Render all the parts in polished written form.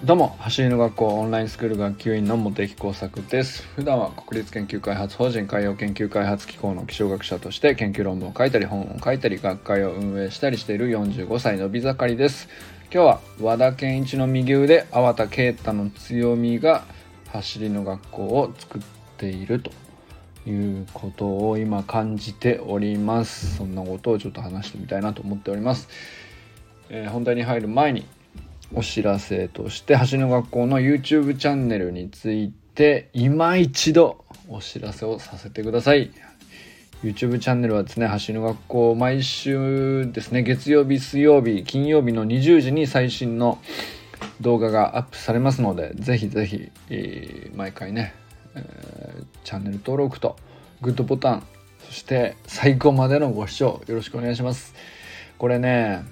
どうも、走りの学校オンラインスクール学級委員の茂木耕作です。普段は国立研究開発法人海洋研究開発機構の気象学者として研究論文を書いたり本を書いたり学会を運営したりしている45歳のび盛りです。今日は和田健一の右腕粟田啓太の強みが走りの学校を作っているということを今感じております。そんなことをちょっと話してみたいなと思っております。本題に入る前にお知らせとして走りの学校の YouTube チャンネルについて今一度お知らせをさせてください。 YouTube チャンネルはですね、走りの学校毎週ですね、月曜日、水曜日、金曜日の20時に最新の動画がアップされますので、ぜひぜひ、毎回ね、チャンネル登録とグッドボタン、そして最後までのご視聴よろしくお願いします。これね、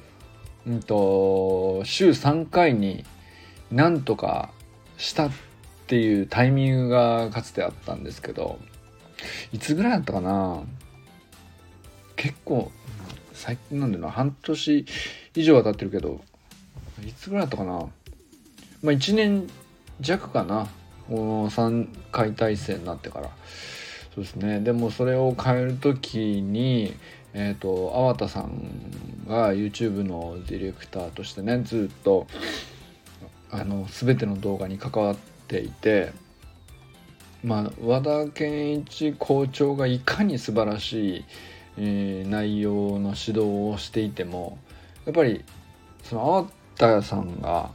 週3回になんとかしたっていうタイミングがかつてあったんですけど、いつぐらいだったかな、結構最近なんだよな、半年以上は経ってるけど、いつぐらいだったかな、1年弱かな、この3回体制になってから。そうですね。でもそれを変えるときに粟田さんが YouTube のディレクターとしてね、ずっと全ての動画に関わっていて、和田健一校長がいかに素晴らしい、内容の指導をしていても、やっぱりその粟田さんが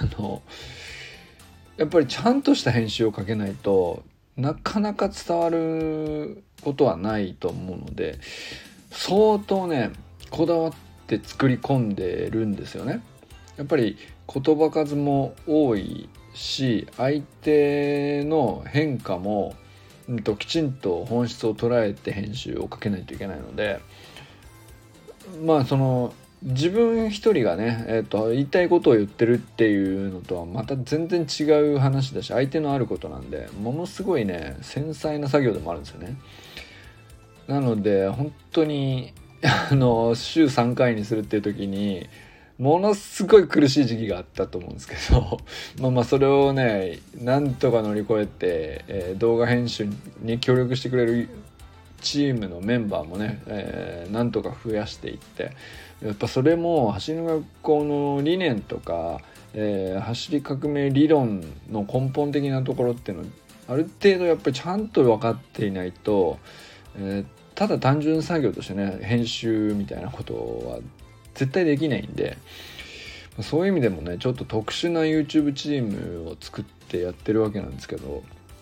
やっぱりちゃんとした編集をかけないとなかなか伝わることはないと思うので、相当ねこだわって作り込んでるんですよね。やっぱり言葉数も多いし、相手の変化も、きちんと本質を捉えて編集をかけないといけないので、その自分一人がね、言いたいことを言ってるっていうのとはまた全然違う話だし、相手のあることなんで、ものすごいね繊細な作業でもあるんですよね。なので本当に週3回にするっていう時にものすごい苦しい時期があったと思うんですけどそれをねなんとか乗り越えて、動画編集に協力してくれるチームのメンバーもね、なんとか増やしていって、やっぱそれも走りの学校の理念とか、走り革命理論の根本的なところっていうのをある程度やっぱりちゃんと分かっていないと、ただ単純作業としてね編集みたいなことは絶対できないんで、そういう意味でもねちょっと特殊な YouTube チームを作ってやってるわけなんですけど、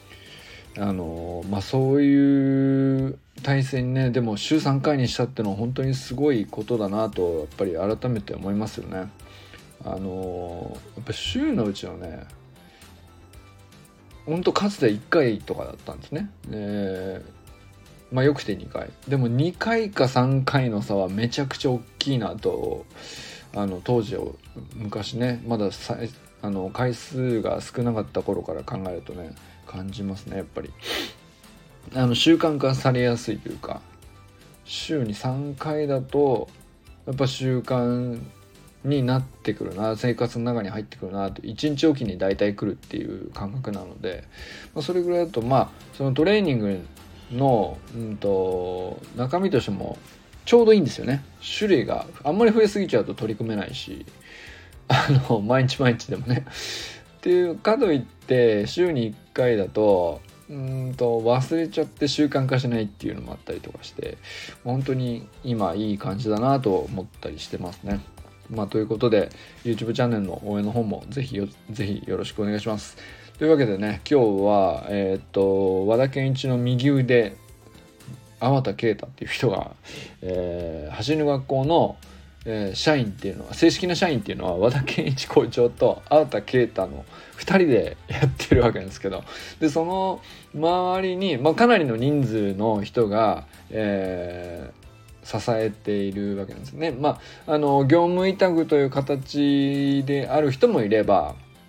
そういう体制にね、でも週3回にしたってのは本当にすごいことだなとやっぱり改めて思いますよね。やっぱ週のうちのね、本当かつて1回とかだったんですね。よくて2回でも2回か3回の差はめちゃくちゃ大きいなと、当時を昔ねまだ回数が少なかった頃から考えるとね感じますね。やっぱり習慣化されやすいというか、週に3回だとやっぱ習慣になってくるな、生活の中に入ってくるなと、1日おきに大体来るっていう感覚なので、それぐらいだとそのトレーニングの、中身としてもちょうどいいんですよね。種類があんまり増えすぎちゃうと取り組めないし、毎日毎日でもねっていうかといって週に1回だと忘れちゃって習慣化しないっていうのもあったりとかして、本当に今いい感じだなと思ったりしてますね。ということで YouTube チャンネルの応援の方もぜひよろしくお願いします。というわけでね、今日は和田健一の右腕粟田啓太っていう人が、走りの学校の社員っていうのは、正式な社員っていうのは和田健一校長と粟田啓太の2人でやってるわけなんですけど、でその周りに、かなりの人数の人が、支えているわけなんですね。業務委託という形である人もいれば、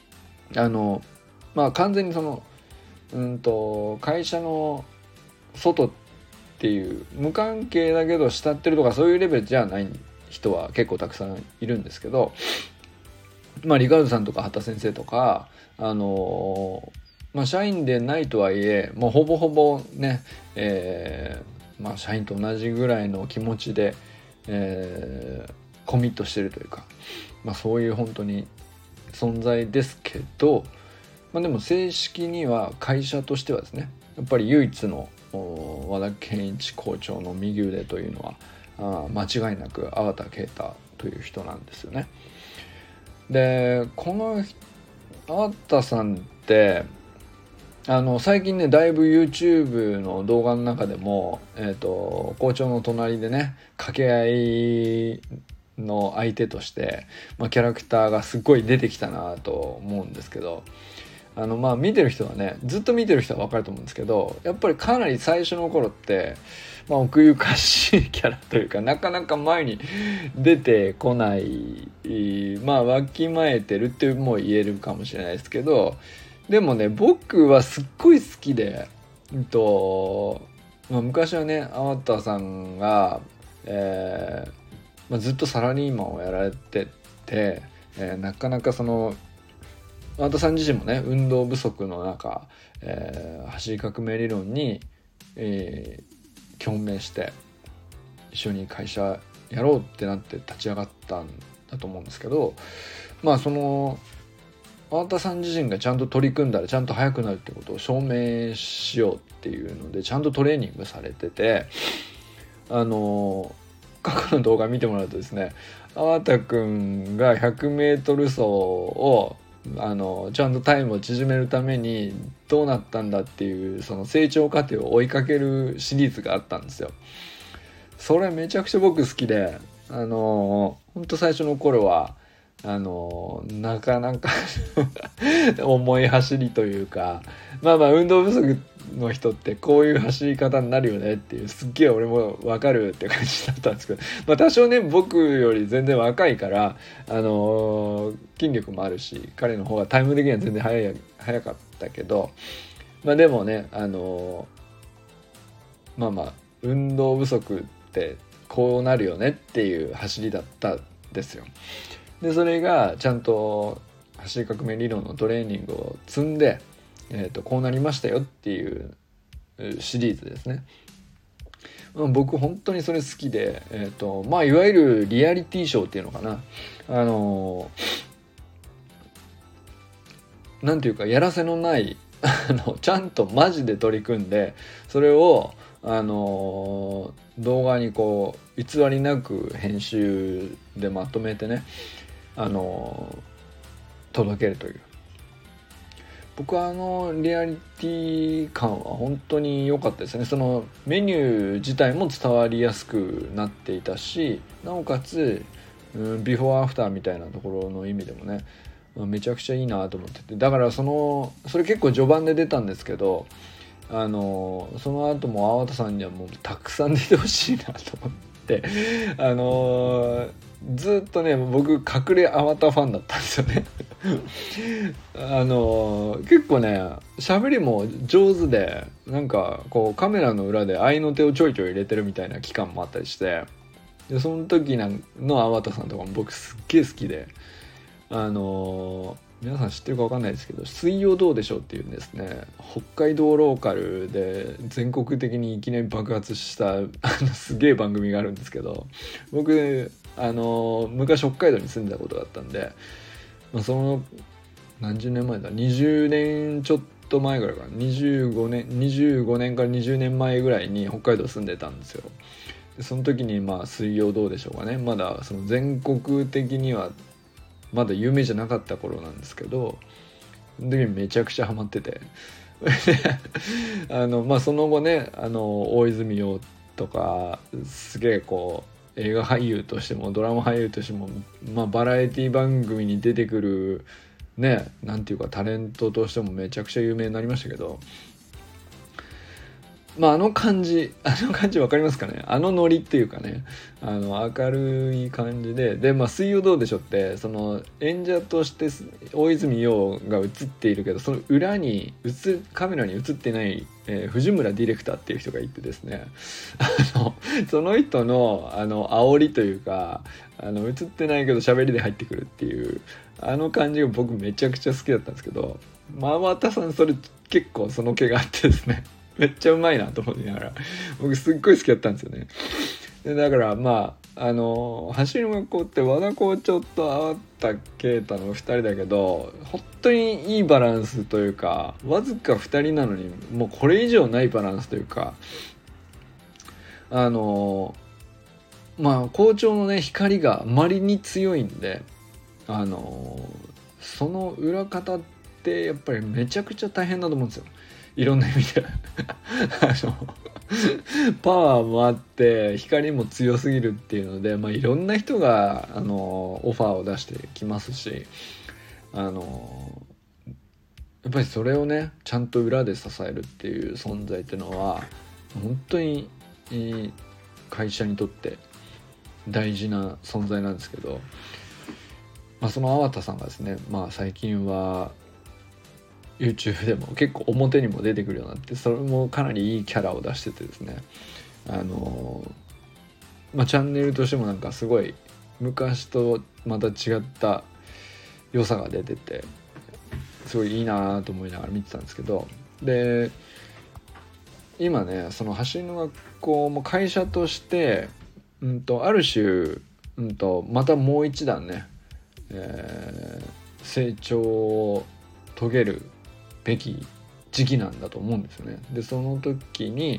完全にその会社の外っていう無関係だけど慕ってるとかそういうレベルじゃない人は結構たくさんいるんですけど、 リカルドさんとか畑先生とか社員でないとはいえもうほぼほぼね、社員と同じぐらいの気持ちで、コミットしてるというか、そういう本当に存在ですけど、でも正式には会社としてはですね、やっぱり唯一の和田健一校長の右腕というのは間違いなく粟田啓太という人なんですよね。でこの粟田さんって最近ねだいぶ YouTube の動画の中でも、校長の隣でね掛け合いの相手として、キャラクターがすっごい出てきたなと思うんですけど、見てる人はねずっと見てる人は分かると思うんですけど、やっぱりかなり最初の頃って、奥ゆかしいキャラというかなかなか前に出てこない、わきまえてるっていうも言えるかもしれないですけど、でもね僕はすっごい好きで、昔はね粟田さんが、ずっとサラリーマンをやられてて、なかなかその粟田さん自身もね運動不足の中、走り革命理論に、共鳴して一緒に会社やろうってなって立ち上がったんだと思うんですけど、その粟田さん自身がちゃんと取り組んだらちゃんと速くなるってことを証明しようっていうのでちゃんとトレーニングされてて、過去の動画見てもらうとですね、粟田くんが 100m 走をちゃんとタイムを縮めるためにどうなったんだっていうその成長過程を追いかけるシリーズがあったんですよ。それめちゃくちゃ僕好きで、ほんと最初の頃はなかなか重い走りというか、運動不足の人ってこういう走り方になるよねっていう、すっげえ俺も分かるって感じだったんですけど、多少ね僕より全然若いから筋力もあるし彼の方がタイム的には全然早かったけど、でもね運動不足ってこうなるよねっていう走りだったんですよ。でそれがちゃんと走り革命理論のトレーニングを積んで、こうなりましたよっていうシリーズですね。僕本当にそれ好きで、いわゆるリアリティショーっていうのかな、なんていうかやらせのないちゃんとマジで取り組んでそれを動画にこう偽りなく編集でまとめてね届けるという、僕はリアリティ感は本当に良かったですね。そのメニュー自体も伝わりやすくなっていたし、なおかつ、ビフォーアフターみたいなところの意味でもねめちゃくちゃいいなと思ってて、だからそれ結構序盤で出たんですけど、その後も粟田さんにはもうたくさん出てほしいなと思ってずっとね僕隠れ粟田ファンだったんですよね結構ね喋りも上手で、なんかこうカメラの裏で合いの手をちょいちょい入れてるみたいな期間もあったりして、でその時の粟田さんとかも僕すっげえ好きで、皆さん知ってるか分かんないですけど水曜どうでしょうっていうですね北海道ローカルで全国的にいきなり爆発したすげえ番組があるんですけど、僕昔北海道に住んでたことがあったんで、その何十年前だ20年ちょっと前ぐらいかな、25年から20年前ぐらいに北海道住んでたんですよ。でその時に水曜どうでしょうかね、まだその全国的にはまだ有名じゃなかった頃なんですけど、その時にめちゃくちゃハマっててその後ね大泉洋とかすげえこう映画俳優としてもドラマ俳優としても、バラエティ番組に出てくるねなんていうかタレントとしてもめちゃくちゃ有名になりましたけど、 まああの感じわかりますかね。あのノリっていうかね、明るい感じで、まあ水曜どうでしょうって、その演者として大泉洋が映っているけど、その裏にカメラに映ってない、藤村ディレクターっていう人がいてですね、その人の煽りというか、映ってないけど喋りで入ってくるっていう感じが僕めちゃくちゃ好きだったんですけど、天田さんそれ結構その気があってですね、めっちゃうまいなと思いながら僕すっごい好きだったんですよね。でだからまあ走りの学校って和田校長と粟田啓太の2人だけど、本当にいいバランスというか、わずか2人なのにもうこれ以上ないバランスというか、まあ校長のね光があまりに強いんで、その裏方ってやっぱりめちゃくちゃ大変だと思うんですよ、いろんな意味でパワーもあって光も強すぎるっていうので、まあ、いろんな人がオファーを出してきますし、やっぱりそれをねちゃんと裏で支えるっていう存在っていうのは本当に会社にとって大事な存在なんですけど、まあ、その粟田さんがですね、まあ、最近は YouTube でも結構表にも出てくるようになって、それもかなりいいキャラを出しててですね、まあ、チャンネルとしてもなんかすごい昔とまた違った良さが出ててすごいいいなと思いながら見てたんですけど、で今ねその走りの学校も会社として、ある種、またもう一段ね、成長を遂げるべき時期なんだと思うんですよね。でその時に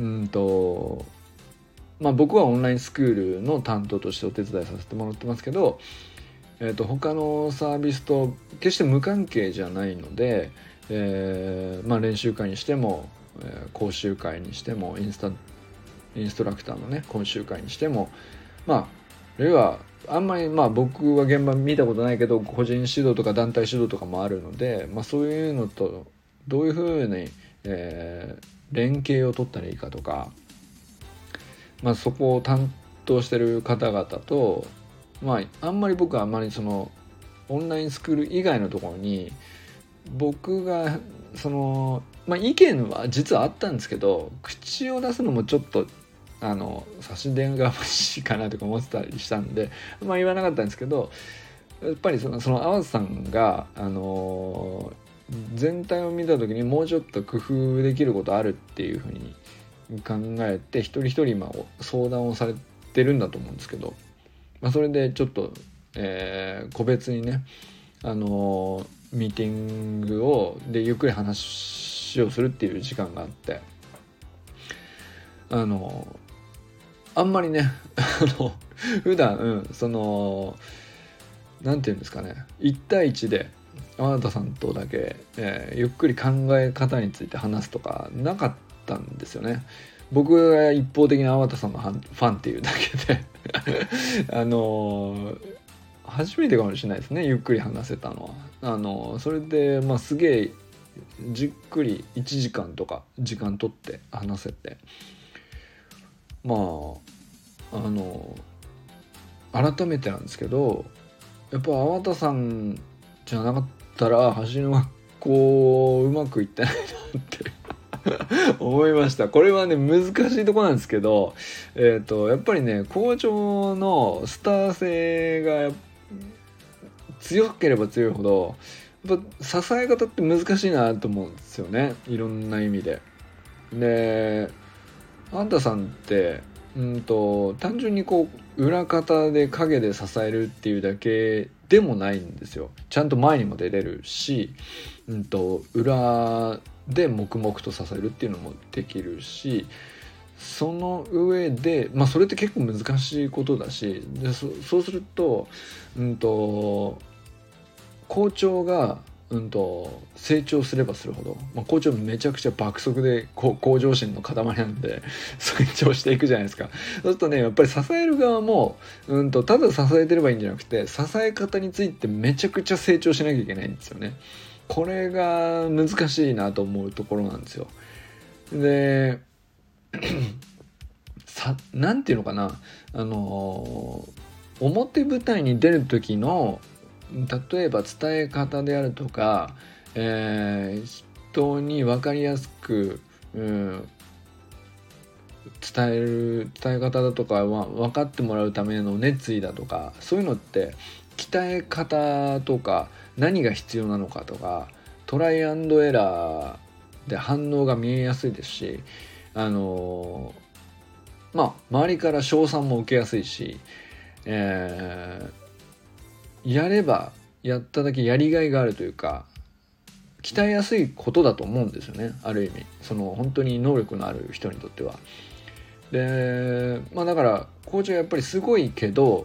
まあ、僕はオンラインスクールの担当としてお手伝いさせてもらってますけど、他のサービスと決して無関係じゃないので、まあ、練習会にしても、講習会にしてもインストラクターのね講習会にしても、まああるいはあんまりまあ僕は現場見たことないけど個人指導とか団体指導とかもあるので、まあ、そういうのとどういうふうに、連携を取ったらいいかとか、まあ、そこを担当してる方々と、まあ、あんまり僕はあんまりそのオンラインスクール以外のところに僕がその、まあ、意見は実はあったんですけど、口を出すのもちょっと差し出がましいかなとか思ってたりしたんで、まあ、言わなかったんですけど、やっぱりその淡路さんが、全体を見た時にもうちょっと工夫できることあるっていうふうに考えて一人一人今相談をされてるんだと思うんですけど、まあ、それでちょっと、個別にね、ミーティングでゆっくり話をするっていう時間があって、あんまりね普段、そのなんていうんですかね、1対1で粟田さんとだけ、ゆっくり考え方について話すとかなかったんですよね。僕が一方的に粟田さんのファンっていうだけで初めてかもしれないですね、ゆっくり話せたのは。それで、まあ、すげえじっくり1時間とか時間取って話せて、まあ改めてなんですけど、やっぱ粟田さんじゃなかったら走りの学校うまくいってないなって思いました。これはね難しいとこなんですけど、やっぱりね校長のスター性が強ければ強いほどやっぱ支え方って難しいなと思うんですよね、いろんな意味で。であんたさんって単純にこう裏方で影で支えるっていうだけでもないんですよ。ちゃんと前にも出れるし、裏で黙々と支えるっていうのもできるし、その上で、まあ、それって結構難しいことだし、でそうすると、校長が成長すればするほど、まあ、校長めちゃくちゃ爆速で向上心の塊なんで成長していくじゃないですか。そうするとねやっぱり支える側も、ただ支えてればいいんじゃなくて支え方についてめちゃくちゃ成長しなきゃいけないんですよね。これが難しいなと思うところなんですよ。でなんていうのかな、表舞台に出る時の例えば伝え方であるとか、人に分かりやすく、伝え方だとかは分かってもらうための熱意だとか、そういうのって鍛え方とか何が必要なのかとかトライアンドエラーで反応が見えやすいですし、周りから称賛も受けやすいし、やればやっただけやりがいがあるというか鍛えやすいことだと思うんですよね、ある意味その本当に能力のある人にとっては。でだから校長やっぱりすごいけど、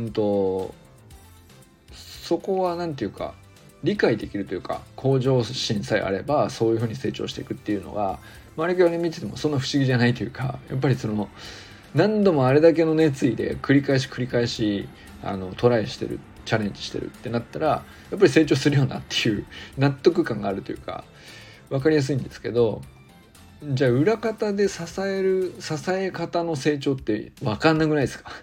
そこはなんていうか理解できるというか向上心さえあればそういうふうに成長していくっていうのが周りから見ててもそんな不思議じゃないというか、やっぱりその何度もあれだけの熱意で繰り返しトライしてるチャレンジしてるってなったらやっぱり成長するよなっていう納得感があるというか分かりやすいんですけど、じゃあ裏方で支え方の成長って分かんなくないですか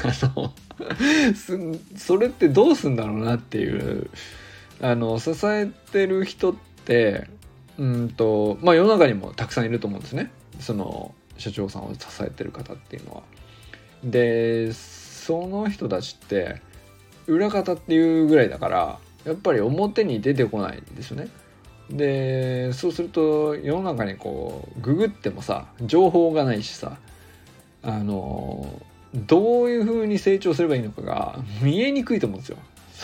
それってどうすんだろうなっていう、支えてる人って世の中にもたくさんいると思うんですね、その社長さんを支えてる方っていうのは。でその人たちって裏方っていうぐらいだからやっぱり表に出てこないんですよね。でそうすると世の中にこうググってもさ情報がないしさ、どういう風に成長すればいいのかが見えにくいと思うんですよ。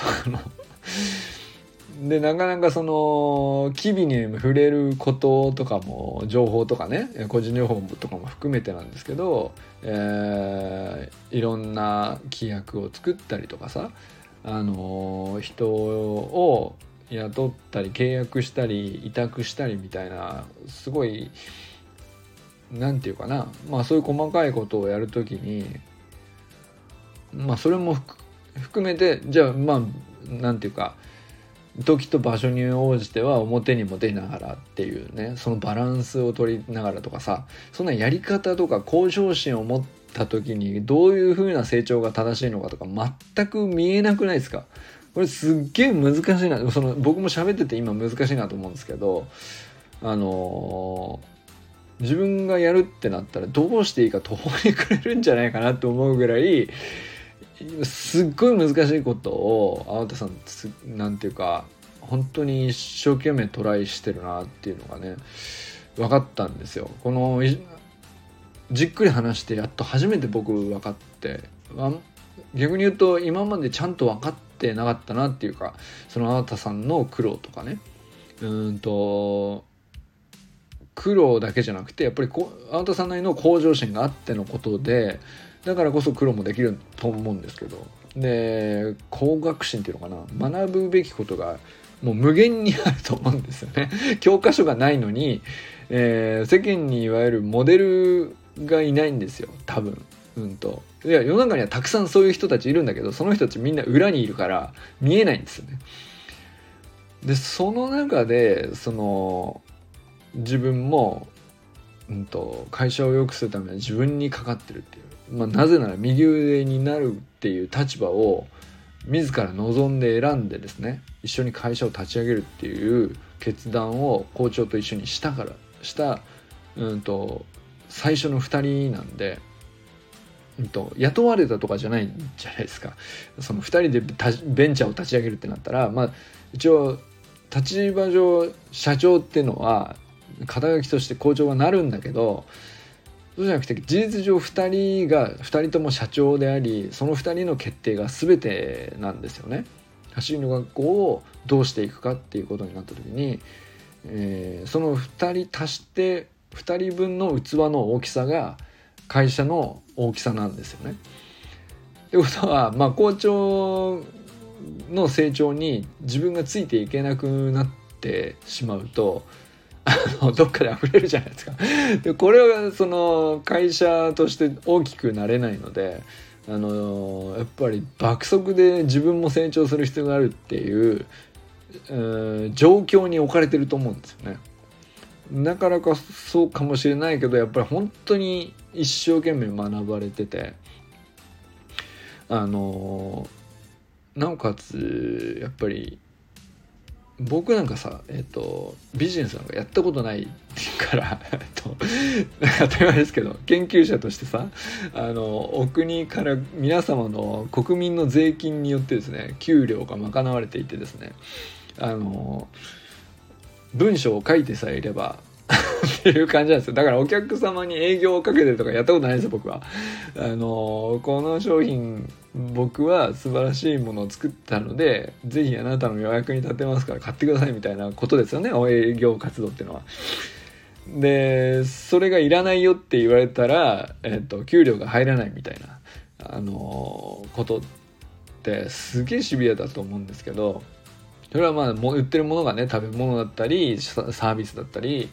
でなかなかその機微に触れることとかも情報とかね個人情報とかも含めてなんですけど、いろんな規約を作ったりとかさ、人を雇ったり契約したり委託したりみたいなすごいなんていうかな、そういう細かいことをやるときにそれも含めてじゃあなんていうか時と場所に応じては表にも出ながらっていうね、そのバランスを取りながらとかさ、そんなやり方とか向上心を持った時にどういう風な成長が正しいのかとか全く見えなくないですか。これすっげえ難しいな、僕も喋ってて今難しいなと思うんですけど、自分がやるってなったらどうしていいか途方に暮れるんじゃないかなと思うぐらいすっごい難しいことを青田さんなんていうか本当に一生懸命トライしてるなっていうのがね分かったんですよ。このじっくり話してやっと初めて僕分かって、逆に言うと今までちゃんと分かってなかったなっていうか、その青田さんの苦労とかね、苦労だけじゃなくてやっぱり青田さんなりの向上心があってのことで、だからこそ苦労もできると思うんですけど、で向学心っていうのかな、学ぶべきことがもう無限にあると思うんですよね教科書がないのに、世間にいわゆるモデルがいないんですよ多分。いや世の中にはたくさんそういう人たちいるんだけど、その人たちみんな裏にいるから見えないんですよね。でその中で自分も、会社を良くするためには自分にかかってるっていう、なぜなら右腕になるっていう立場を自ら望んで選んでですね、一緒に会社を立ち上げるっていう決断を校長と一緒にした、最初の2人なんで、雇われたとかじゃないんじゃないですか。その2人でベンチャーを立ち上げるってなったら、一応立場上社長っていうのは肩書きとして校長がなるんだけど、そうじゃなくて事実上2人とも社長であり、その2人の決定が全てなんですよね。走りの学校をどうしていくかっていうことになった時に、その2人足して2人分の器の大きさが会社の大きさなんですよね。ってことは、校長の成長に自分がついていけなくなってしまうとどっかで溢れるじゃないですか。でこれはその会社として大きくなれないので、やっぱり爆速で自分も成長する必要があるっていう、状況に置かれてると思うんですよね。 だからこそかもしれないけど、やっぱり本当に一生懸命学ばれてて、なおかつやっぱり僕なんかさ、ビジネスなんかやったことないから当たり前ですけど、研究者としてさ、お国から皆様の国民の税金によってですね、給料が賄われていてですね、文章を書いてさえいればっていう感じなんですよ。だからお客様に営業をかけてるとかやったことないですよ、僕は。この商品僕は素晴らしいものを作ったので、ぜひあなたの予約に立てますから買ってくださいみたいなことですよね、営業活動っていうのは。でそれがいらないよって言われたら、給料が入らないみたいな、ことってすげえシビアだと思うんですけど、それはまあ売ってるものがね、食べ物だったりサービスだったり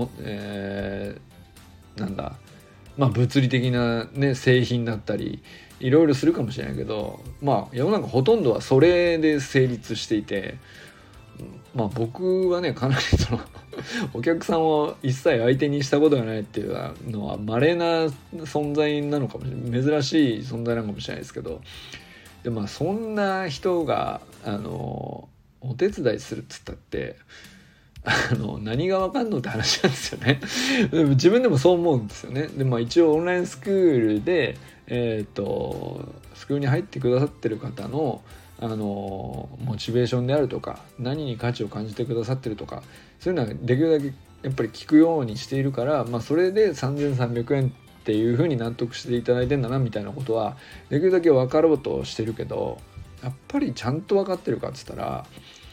なんだ、まあ物理的なね製品だったりいろいろするかもしれないけど、まあ世の中ほとんどはそれで成立していて、まあ僕はねかなりそのお客さんを一切相手にしたことがないっていうのは稀な存在なのかもしれない、珍しい存在なのかもしれないですけど、でまあそんな人がお手伝いするっつったって何がわかんのって話なんですよねでも自分でもそう思うんですよね。でまあ一応オンラインスクールでスクールに入ってくださってる方のモチベーションであるとか、何に価値を感じてくださってるとか、そういうのはできるだけやっぱり聞くようにしているから、まあそれで3300円っていう風に納得していただいてんだなみたいなことはできるだけ分かろうとしてるけど、やっぱりちゃんと分かってるかっつったら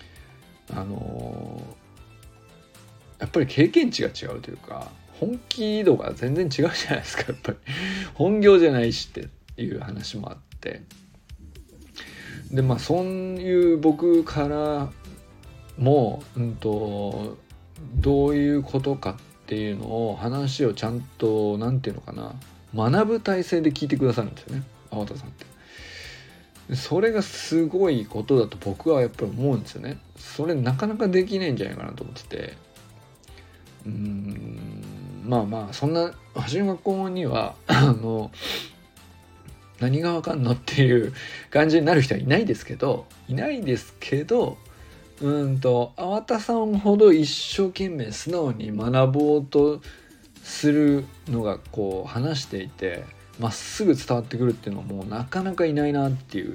やっぱり経験値が違うというか、本気度が全然違うじゃないですか。やっぱり本業じゃないしっていう話もあって、でまあそういう僕からも、どういうことかっていうのを話をちゃんとなんていうのかな、学ぶ体制で聞いてくださるんですよね、粟田さんって。それがすごいことだと僕はやっぱり思うんですよね。それなかなかできないんじゃないかなと思ってて、まあまあそんな橋の学校には何がわかんのっていう感じになる人はいないですけど、粟田さんほど一生懸命素直に学ぼうとするのがこう話していてまっすぐ伝わってくるっていうのはもうなかなかいないなっていう、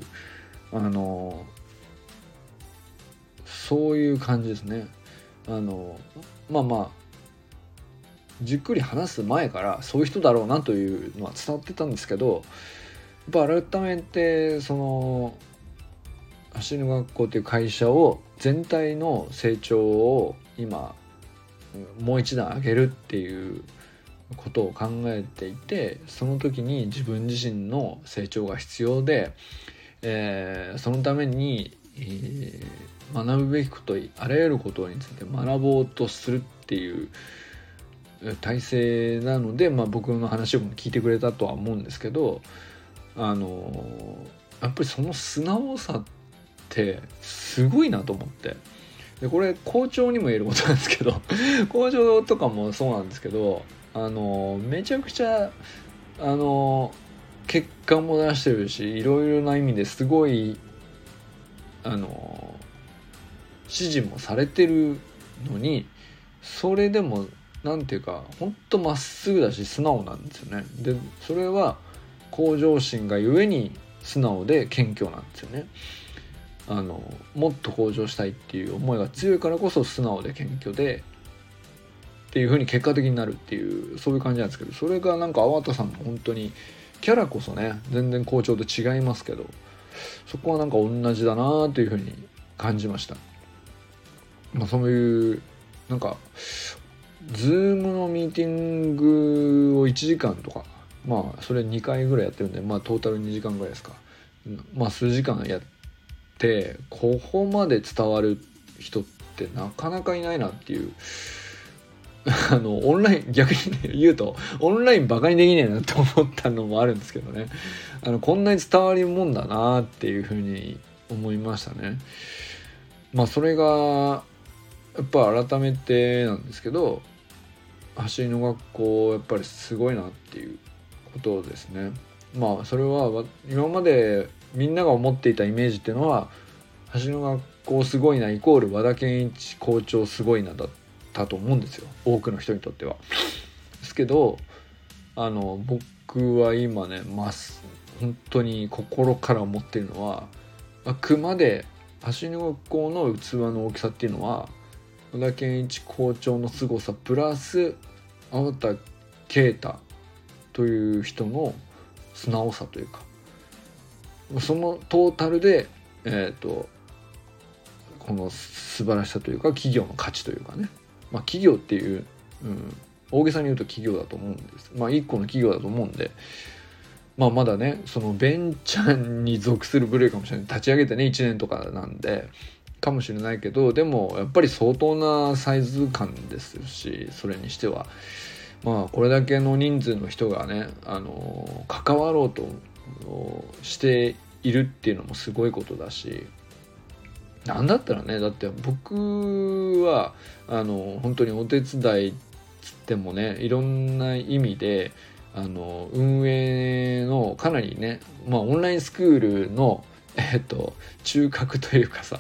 そういう感じですね。まあまあじっくり話す前からそういう人だろうなというのは伝わってたんですけど、やっぱ改めてその走る学校っていう会社を全体の成長を今もう一段上げるっていうことを考えていて、その時に自分自身の成長が必要で、そのために、学ぶべきことあらゆることについて学ぼうとするっていう体制なので、まあ、僕の話を聞いてくれたとは思うんですけど、やっぱりその素直さってすごいなと思って、でこれ校長にも言えることなんですけど校長とかもそうなんですけど、めちゃくちゃ結果も出してるし、いろいろな意味ですごい指示もされてるのに、それでもなんていうかほんとまっすぐだし素直なんですよね。でそれは向上心がゆえに素直で謙虚なんですよね。もっと向上したいっていう思いが強いからこそ素直で謙虚でっていう風に結果的になるっていう、そういう感じなんですけど、それがなんか粟田さんも本当にキャラこそね全然校長と違いますけど、そこはなんか同じだなという風に感じました。まあそういうなんかズームのミーティングを1時間とか、まあそれ2回ぐらいやってるんで、まあトータル2時間ぐらいですか、まあ数時間やってここまで伝わる人ってなかなかいないなっていうオンライン逆に、ね、言うとオンラインバカにできねえなって思ったのもあるんですけどね、こんなに伝わるもんだなっていうふうに思いましたね。まあそれがやっぱ改めてなんですけど、 走りの学校やっぱりすごいなっていうことですね。まあそれは今までみんなが思っていたイメージっていうのは、走りの学校すごいなイコール和田健一校長すごいなだったと思うんですよ、多くの人にとっては。ですけど僕は今ね本当に心から思ってるのは、あくまで走りの学校の器の大きさっていうのは和田健一校長の凄さプラス粟田啓太という人の素直さというか、そのトータルでこの素晴らしさというか企業の価値というかね、企業っていう、大げさに言うと企業だと思うんです。一個の企業だと思うんで、まだねそのベンチャーに属する部類かもしれない、立ち上げてね1年とかなんでかもしれないけど、でもやっぱり相当なサイズ感ですし、それにしてはこれだけの人数の人がね関わろうとしているっていうのもすごいことだし、なんだったらね、だって僕は本当にお手伝いつってもね、いろんな意味で運営のかなりね、オンラインスクールの中核というかさ、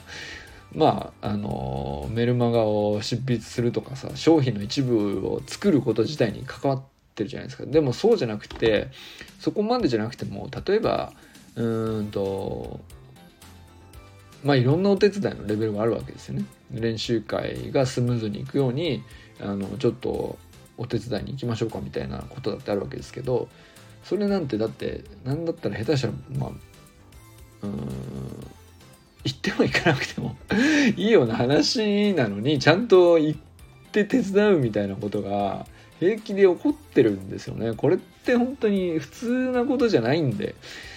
メルマガを執筆するとかさ、商品の一部を作ること自体に関わってるじゃないですか。でもそうじゃなくて、そこまでじゃなくても、例えばいろんなお手伝いのレベルがあるわけですよね。練習会がスムーズにいくようにちょっとお手伝いに行きましょうかみたいなことだってあるわけですけど、それなんてだってなんだったら下手したら行っても行かなくてもいいような話なのに、ちゃんと行って手伝うみたいなことが平気で起こってるんですよね。これって本当に普通なことじゃないんで、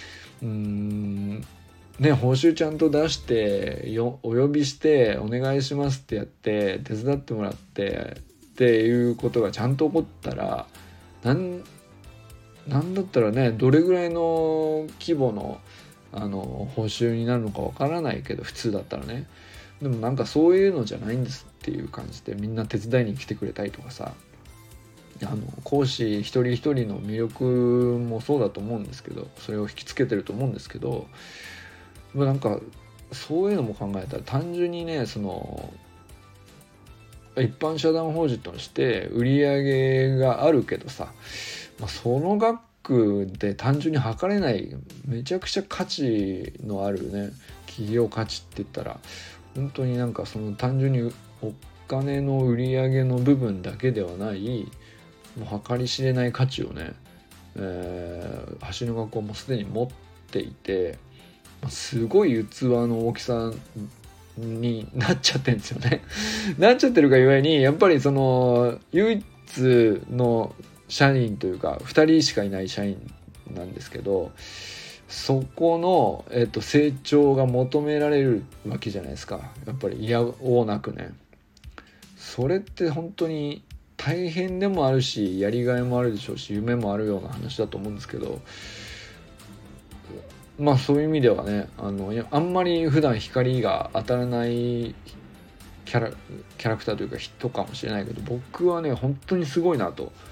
報酬ちゃんと出してお呼びしてお願いしますってやって手伝ってもらってっていうことがちゃんと起こったら、なんだったらね、どれぐらいの規模の報酬になるのかわからないけど、普通だったらね、でもなんかそういうのじゃないんですっていう感じで、みんな手伝いに来てくれたりとかさ、講師一人一人の魅力もそうだと思うんですけど、それを引きつけてると思うんですけど、なんかそういうのも考えたら、単純にね、その一般社団法人として売り上げがあるけどさ、その額で単純に測れないめちゃくちゃ価値のあるね、企業価値って言ったら本当になんかその単純にお金の売り上げの部分だけではない、もう計り知れない価値をね、橋の学校もすでに持っていて、すごい器の大きさになっちゃってるんですよねなっちゃってるがゆえに、やっぱりその唯一の社員というか2人しかいない社員なんですけど、そこの、成長が求められるわけじゃないですか。やっぱり嫌おうなくね。それって本当に大変でもあるし、やりがいもあるでしょうし、夢もあるような話だと思うんですけど、そういう意味ではね、あんまり普段光が当たらないキャラクターというか人かもしれないけど、僕はね本当にすごいなと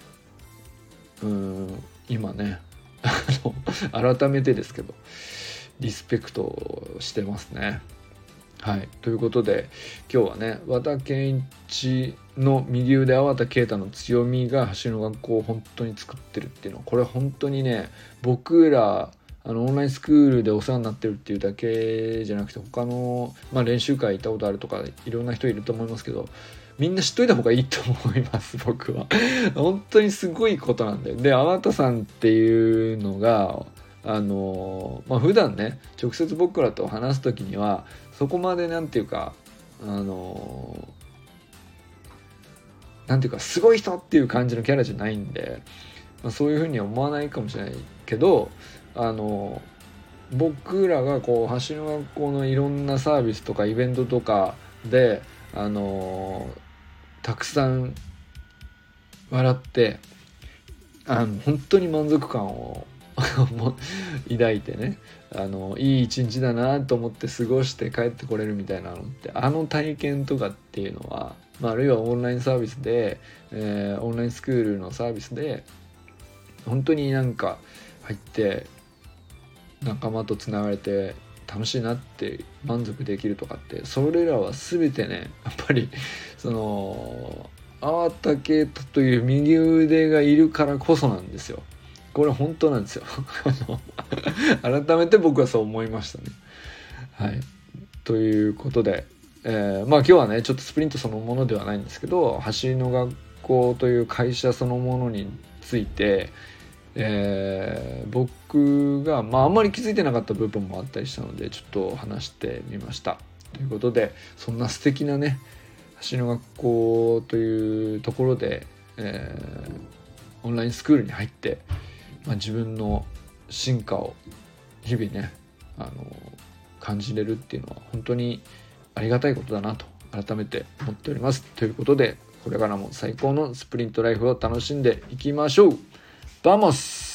今ね改めてですけどリスペクトしてますね。はい、ということで今日はね、和田健一の右腕粟田啓太の強みが走りの学校を本当に作ってるっていうのは、これ本当にね、僕らオンラインスクールでお世話になってるっていうだけじゃなくて、他の、練習会行ったことあるとかいろんな人いると思いますけど、みんな知っといた方がいいと思います僕は本当にすごいことなんだよ。で、粟田さんっていうのが普段ね直接僕らと話す時にはそこまでなんていうかなんていうかすごい人っていう感じのキャラじゃないんで、そういうふうには思わないかもしれないけど、僕らがこう走りの学校のいろんなサービスとかイベントとかでたくさん笑って本当に満足感をも抱いてね、いい一日だなと思って過ごして帰ってこれるみたいなのって、体験とかっていうのは、あるいはオンラインサービスで、オンラインスクールのサービスで本当になんか入って仲間とつながれて楽しいなって満足できるとかって、それらは全てねやっぱりその粟田啓太という右腕がいるからこそなんですよ。これ本当なんですよ改めて僕はそう思いましたね。はい、ということで、今日はねちょっとスプリントそのものではないんですけど、走りの学校という会社そのものについて、僕が、あんまり気づいてなかった部分もあったりしたのでちょっと話してみました。ということで、そんな素敵なね走りの学校というところで、オンラインスクールに入って、自分の進化を日々ね感じれるっていうのは本当にありがたいことだなと改めて思っております。ということで、これからも最高のスプリントライフを楽しんでいきましょう。バモス。